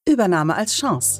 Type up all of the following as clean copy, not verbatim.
Übernahme als Chance.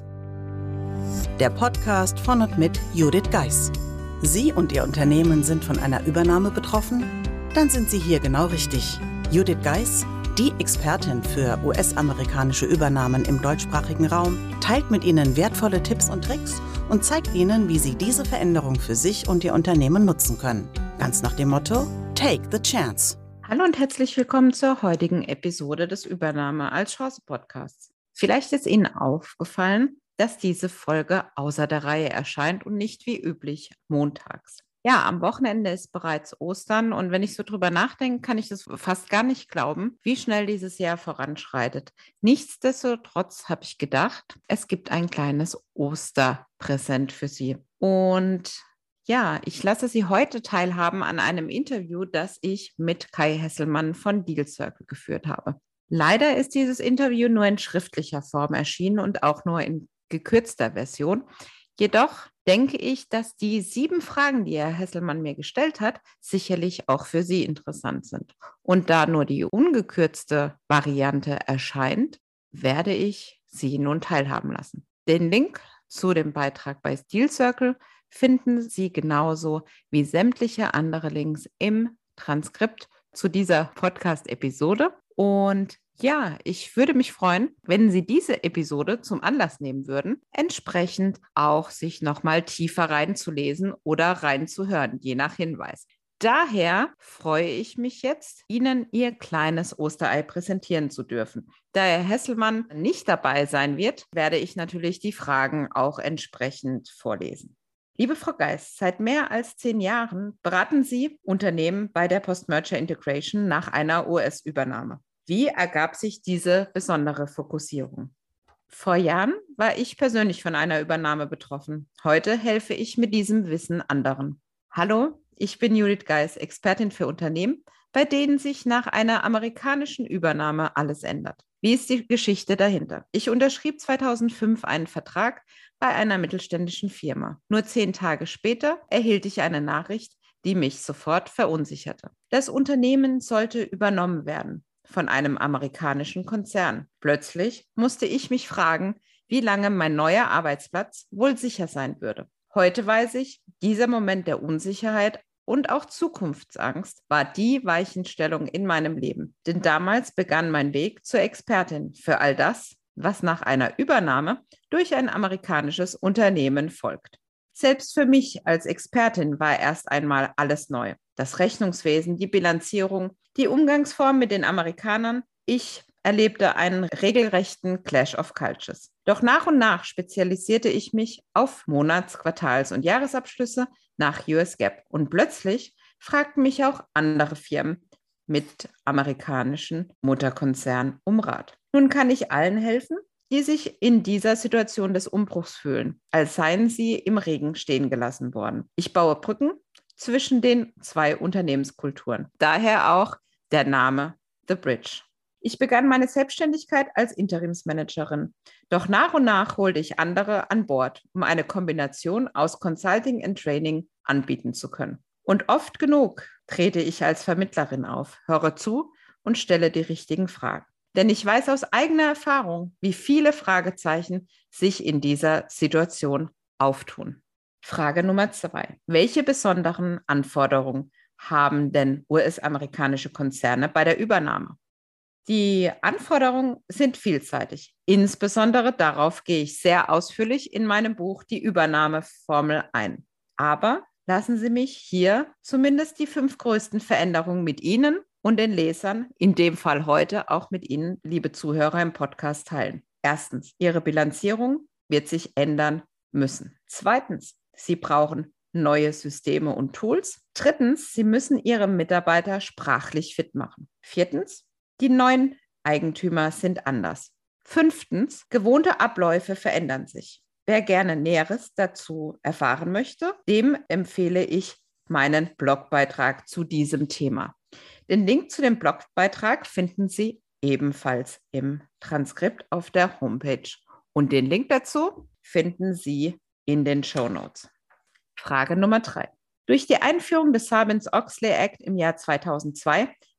Der Podcast von und mit Judith Geis. Sie und Ihr Unternehmen sind von einer Übernahme betroffen? Dann sind Sie hier genau richtig. Judith Geis, die Expertin für US-amerikanische Übernahmen im deutschsprachigen Raum, teilt mit Ihnen wertvolle Tipps und Tricks und zeigt Ihnen, wie Sie diese Veränderung für sich und Ihr Unternehmen nutzen können. Ganz nach dem Motto: Take the chance. Hallo und herzlich willkommen zur heutigen Episode des Übernahme als Chance Podcasts. Vielleicht ist Ihnen aufgefallen, dass diese Folge außer der Reihe erscheint und nicht wie üblich montags. Ja, am Wochenende ist bereits Ostern und wenn ich so drüber nachdenke, kann ich das fast gar nicht glauben, wie schnell dieses Jahr voranschreitet. Nichtsdestotrotz habe ich gedacht, es gibt ein kleines Osterpräsent für Sie. Und ja, ich lasse Sie heute teilhaben an einem Interview, das ich mit Kai Hesselmann von Deal Circle geführt habe. Leider ist dieses Interview nur in schriftlicher Form erschienen und auch nur in gekürzter Version. Jedoch denke ich, dass die 7 Fragen, die Herr Hesselmann mir gestellt hat, sicherlich auch für Sie interessant sind. Und da nur die ungekürzte Variante erscheint, werde ich Sie nun teilhaben lassen. Den Link zu dem Beitrag bei Deal Circle finden Sie genauso wie sämtliche andere Links im Transkript zu dieser Podcast-Episode. Und ja, ich würde mich freuen, wenn Sie diese Episode zum Anlass nehmen würden, entsprechend auch sich nochmal tiefer reinzulesen oder reinzuhören, je nach Hinweis. Daher freue ich mich jetzt, Ihnen Ihr kleines Osterei präsentieren zu dürfen. Da Herr Hesselmann nicht dabei sein wird, werde ich natürlich die Fragen auch entsprechend vorlesen. Liebe Frau Geis, seit mehr als 10 Jahren beraten Sie Unternehmen bei der Post-Merger Integration nach einer US-Übernahme. Wie ergab sich diese besondere Fokussierung? Vor Jahren war ich persönlich von einer Übernahme betroffen. Heute helfe ich mit diesem Wissen anderen. Hallo, ich bin Judith Geis, Expertin für Unternehmen, bei denen sich nach einer amerikanischen Übernahme alles ändert. Wie ist die Geschichte dahinter? Ich unterschrieb 2005 einen Vertrag bei einer mittelständischen Firma. Nur 10 Tage später erhielt ich eine Nachricht, die mich sofort verunsicherte. Das Unternehmen sollte übernommen werden von einem amerikanischen Konzern. Plötzlich musste ich mich fragen, wie lange mein neuer Arbeitsplatz wohl sicher sein würde. Heute weiß ich, dieser Moment der Unsicherheit und auch Zukunftsangst war die Weichenstellung in meinem Leben. Denn damals begann mein Weg zur Expertin für all das, was nach einer Übernahme durch ein amerikanisches Unternehmen folgt. Selbst für mich als Expertin war erst einmal alles neu. Das Rechnungswesen, die Bilanzierung, die Umgangsform mit den Amerikanern. Ich erlebte einen regelrechten Clash of Cultures. Doch nach und nach spezialisierte ich mich auf Monats-, Quartals- und Jahresabschlüsse nach US GAAP. Und plötzlich fragten mich auch andere Firmen mit amerikanischen Mutterkonzernen um Rat. Nun kann ich allen helfen, die sich in dieser Situation des Umbruchs fühlen, als seien sie im Regen stehen gelassen worden. Ich baue Brücken zwischen den 2 Unternehmenskulturen. Daher auch der Name The Bridge. Ich begann meine Selbstständigkeit als Interimsmanagerin. Doch nach und nach holte ich andere an Bord, um eine Kombination aus Consulting und Training anbieten zu können. Und oft genug trete ich als Vermittlerin auf, höre zu und stelle die richtigen Fragen. Denn ich weiß aus eigener Erfahrung, wie viele Fragezeichen sich in dieser Situation auftun. Frage Nummer 2. Welche besonderen Anforderungen haben denn US-amerikanische Konzerne bei der Übernahme? Die Anforderungen sind vielseitig. Insbesondere darauf gehe ich sehr ausführlich in meinem Buch Die Übernahmeformel ein. Aber lassen Sie mich hier zumindest die 5 größten Veränderungen mit Ihnen und den Lesern, in dem Fall heute auch mit Ihnen, liebe Zuhörer, im Podcast teilen. Erstens, Ihre Bilanzierung wird sich ändern müssen. Zweitens, Sie brauchen neue Systeme und Tools. Drittens, Sie müssen Ihre Mitarbeiter sprachlich fit machen. Viertens, die neuen Eigentümer sind anders. Fünftens, gewohnte Abläufe verändern sich. Wer gerne Näheres dazu erfahren möchte, dem empfehle ich meinen Blogbeitrag zu diesem Thema. Den Link zu dem Blogbeitrag finden Sie ebenfalls im Transkript auf der Homepage. Und den Link dazu finden Sie in den Shownotes. Frage Nummer 3. Durch die Einführung des Sarbanes-Oxley Act im Jahr 2002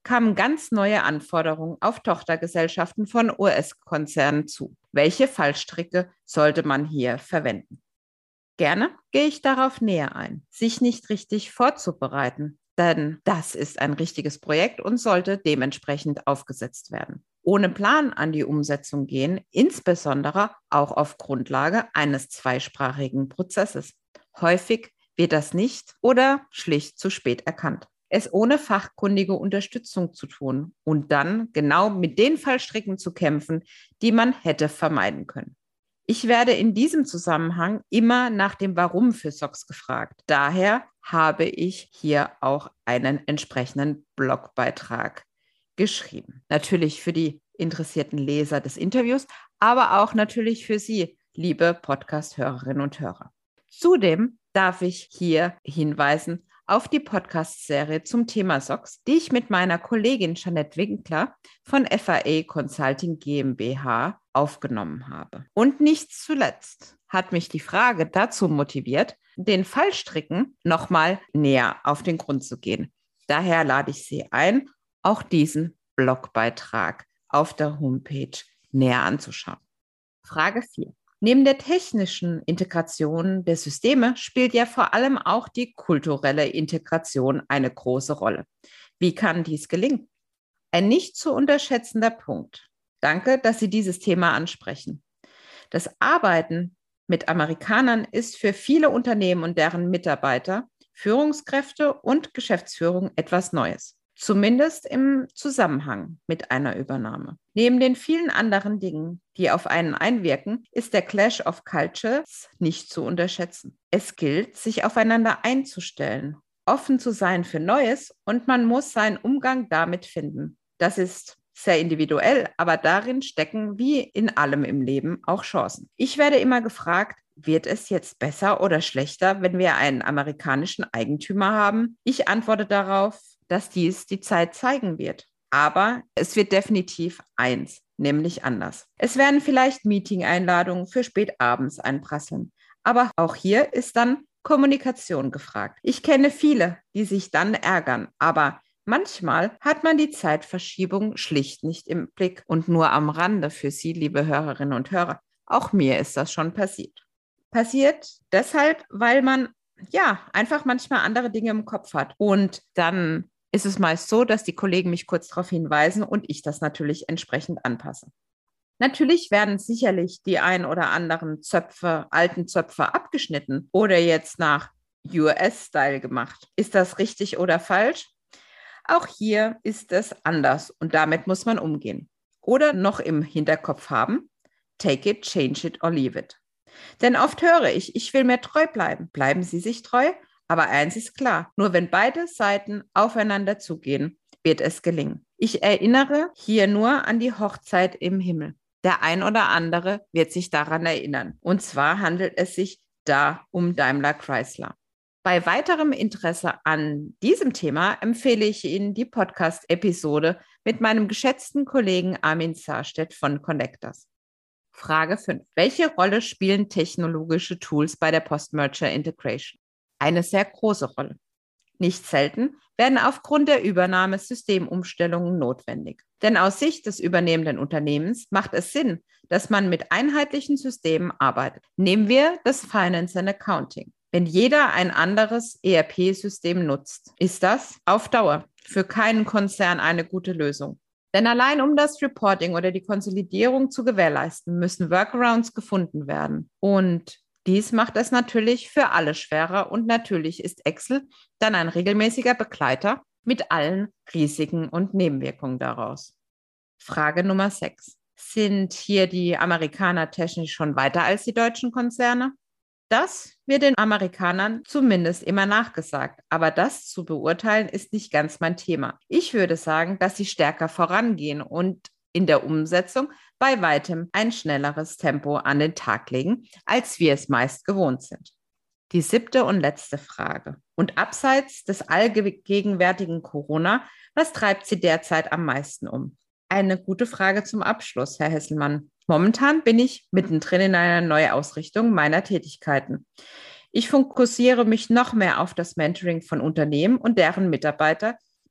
kamen ganz neue Anforderungen auf Tochtergesellschaften von US-Konzernen zu. Welche Fallstricke sollte man hier verwenden? Gerne gehe ich darauf näher ein. Sich nicht richtig vorzubereiten, denn das ist ein richtiges Projekt und sollte dementsprechend aufgesetzt werden. Ohne Plan an die Umsetzung gehen, insbesondere auch auf Grundlage eines zweisprachigen Prozesses. Häufig wird das nicht oder schlicht zu spät erkannt. Es ohne fachkundige Unterstützung zu tun und dann genau mit den Fallstricken zu kämpfen, die man hätte vermeiden können. Ich werde in diesem Zusammenhang immer nach dem Warum für SOX gefragt. Daher habe ich hier auch einen entsprechenden Blogbeitrag geschrieben. Natürlich für die interessierten Leser des Interviews, aber auch natürlich für Sie, liebe Podcast-Hörerinnen und Hörer. Zudem darf ich hier hinweisen auf die Podcast-Serie zum Thema SOX, die ich mit meiner Kollegin Jeanette Winkler von FAE Consulting GmbH aufgenommen habe. Und nicht zuletzt hat mich die Frage dazu motiviert, den Fallstricken nochmal näher auf den Grund zu gehen. Daher lade ich Sie ein, auch diesen Blogbeitrag auf der Homepage näher anzuschauen. Frage 4. Neben der technischen Integration der Systeme spielt ja vor allem auch die kulturelle Integration eine große Rolle. Wie kann dies gelingen? Ein nicht zu unterschätzender Punkt. Danke, dass Sie dieses Thema ansprechen. Das Arbeiten mit Amerikanern ist für viele Unternehmen und deren Mitarbeiter, Führungskräfte und Geschäftsführung etwas Neues. Zumindest im Zusammenhang mit einer Übernahme. Neben den vielen anderen Dingen, die auf einen einwirken, ist der Clash of Cultures nicht zu unterschätzen. Es gilt, sich aufeinander einzustellen, offen zu sein für Neues und man muss seinen Umgang damit finden. Das ist sehr individuell, aber darin stecken wie in allem im Leben auch Chancen. Ich werde immer gefragt, wird es jetzt besser oder schlechter, wenn wir einen amerikanischen Eigentümer haben? Ich antworte darauf, dass dies die Zeit zeigen wird. Aber es wird definitiv eins, nämlich anders. Es werden vielleicht Meeting-Einladungen für spät abends einprasseln. Aber auch hier ist dann Kommunikation gefragt. Ich kenne viele, die sich dann ärgern, aber manchmal hat man die Zeitverschiebung schlicht nicht im Blick und nur am Rande für Sie, liebe Hörerinnen und Hörer. Auch mir ist das schon passiert. Passiert deshalb, weil man einfach manchmal andere Dinge im Kopf hat. Und dann ist es meist so, dass die Kollegen mich kurz darauf hinweisen und ich das natürlich entsprechend anpasse. Natürlich werden sicherlich die ein oder anderen alten Zöpfe abgeschnitten oder jetzt nach US-Style gemacht. Ist das richtig oder falsch? Auch hier ist es anders und damit muss man umgehen. Oder noch im Hinterkopf haben, take it, change it or leave it. Denn oft höre ich will mir treu bleiben. Bleiben Sie sich treu? Aber eins ist klar, nur wenn beide Seiten aufeinander zugehen, wird es gelingen. Ich erinnere hier nur an die Hochzeit im Himmel. Der ein oder andere wird sich daran erinnern. Und zwar handelt es sich da um Daimler Chrysler. Bei weiterem Interesse an diesem Thema empfehle ich Ihnen die Podcast-Episode mit meinem geschätzten Kollegen Armin Sarstedt von Connectors. Frage 5. Welche Rolle spielen technologische Tools bei der Post-Merger Integration? Eine sehr große Rolle. Nicht selten werden aufgrund der Übernahme Systemumstellungen notwendig. Denn aus Sicht des übernehmenden Unternehmens macht es Sinn, dass man mit einheitlichen Systemen arbeitet. Nehmen wir das Finance and Accounting. Wenn jeder ein anderes ERP-System nutzt, ist das auf Dauer für keinen Konzern eine gute Lösung. Denn allein um das Reporting oder die Konsolidierung zu gewährleisten, müssen Workarounds gefunden werden. Und dies macht es natürlich für alle schwerer und natürlich ist Excel dann ein regelmäßiger Begleiter mit allen Risiken und Nebenwirkungen daraus. Frage Nummer 6. Sind hier die Amerikaner technisch schon weiter als die deutschen Konzerne? Das wird den Amerikanern zumindest immer nachgesagt, aber das zu beurteilen ist nicht ganz mein Thema. Ich würde sagen, dass sie stärker vorangehen und in der Umsetzung bei weitem ein schnelleres Tempo an den Tag legen, als wir es meist gewohnt sind. Die 7. und letzte Frage. Und abseits des allgegenwärtigen Corona, was treibt Sie derzeit am meisten um? Eine gute Frage zum Abschluss, Herr Hesselmann. Momentan bin ich mittendrin in einer Neuausrichtung meiner Tätigkeiten. Ich fokussiere mich noch mehr auf das Mentoring von Unternehmen und deren Mitarbeiter,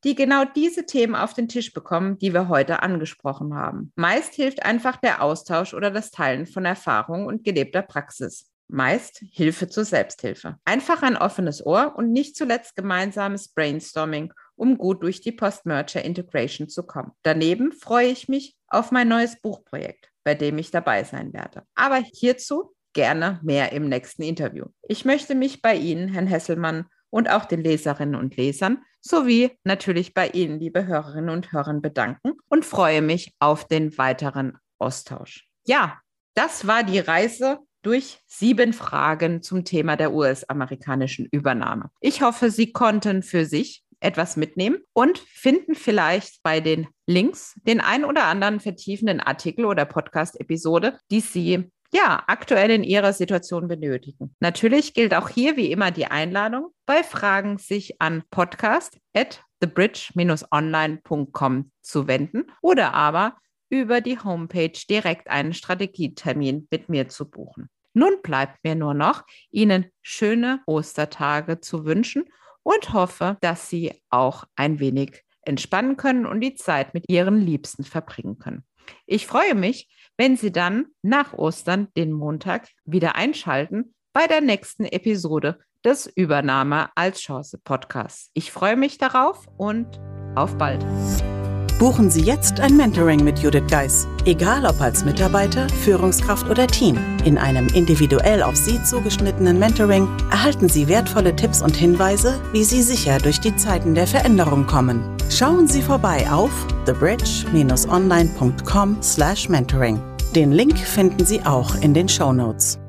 die genau diese Themen auf den Tisch bekommen, die wir heute angesprochen haben. Meist hilft einfach der Austausch oder das Teilen von Erfahrungen und gelebter Praxis. Meist Hilfe zur Selbsthilfe. Einfach ein offenes Ohr und nicht zuletzt gemeinsames Brainstorming, um gut durch die Post-Merger-Integration zu kommen. Daneben freue ich mich auf mein neues Buchprojekt, bei dem ich dabei sein werde. Aber hierzu gerne mehr im nächsten Interview. Ich möchte mich bei Ihnen, Herrn Hesselmann, und auch den Leserinnen und Lesern sowie natürlich bei Ihnen, liebe Hörerinnen und Hörer, bedanken und freue mich auf den weiteren Austausch. Ja, das war die Reise durch 7 Fragen zum Thema der US-amerikanischen Übernahme. Ich hoffe, Sie konnten für sich etwas mitnehmen und finden vielleicht bei den Links den ein oder anderen vertiefenden Artikel oder Podcast-Episode, die Sie aktuell in Ihrer Situation benötigen. Natürlich gilt auch hier wie immer die Einladung, bei Fragen sich an podcast@thebridge-online.com zu wenden oder aber über die Homepage direkt einen Strategietermin mit mir zu buchen. Nun bleibt mir nur noch, Ihnen schöne Ostertage zu wünschen und hoffe, dass Sie auch ein wenig entspannen können und die Zeit mit Ihren Liebsten verbringen können. Ich freue mich, wenn Sie dann nach Ostern den Montag wieder einschalten bei der nächsten Episode des Übernahme als Chance Podcasts. Ich freue mich darauf und auf bald. Buchen Sie jetzt ein Mentoring mit Judith Geis. Egal ob als Mitarbeiter, Führungskraft oder Team. In einem individuell auf Sie zugeschnittenen Mentoring erhalten Sie wertvolle Tipps und Hinweise, wie Sie sicher durch die Zeiten der Veränderung kommen. Schauen Sie vorbei auf thebridge-online.com/mentoring. Den Link finden Sie auch in den Shownotes.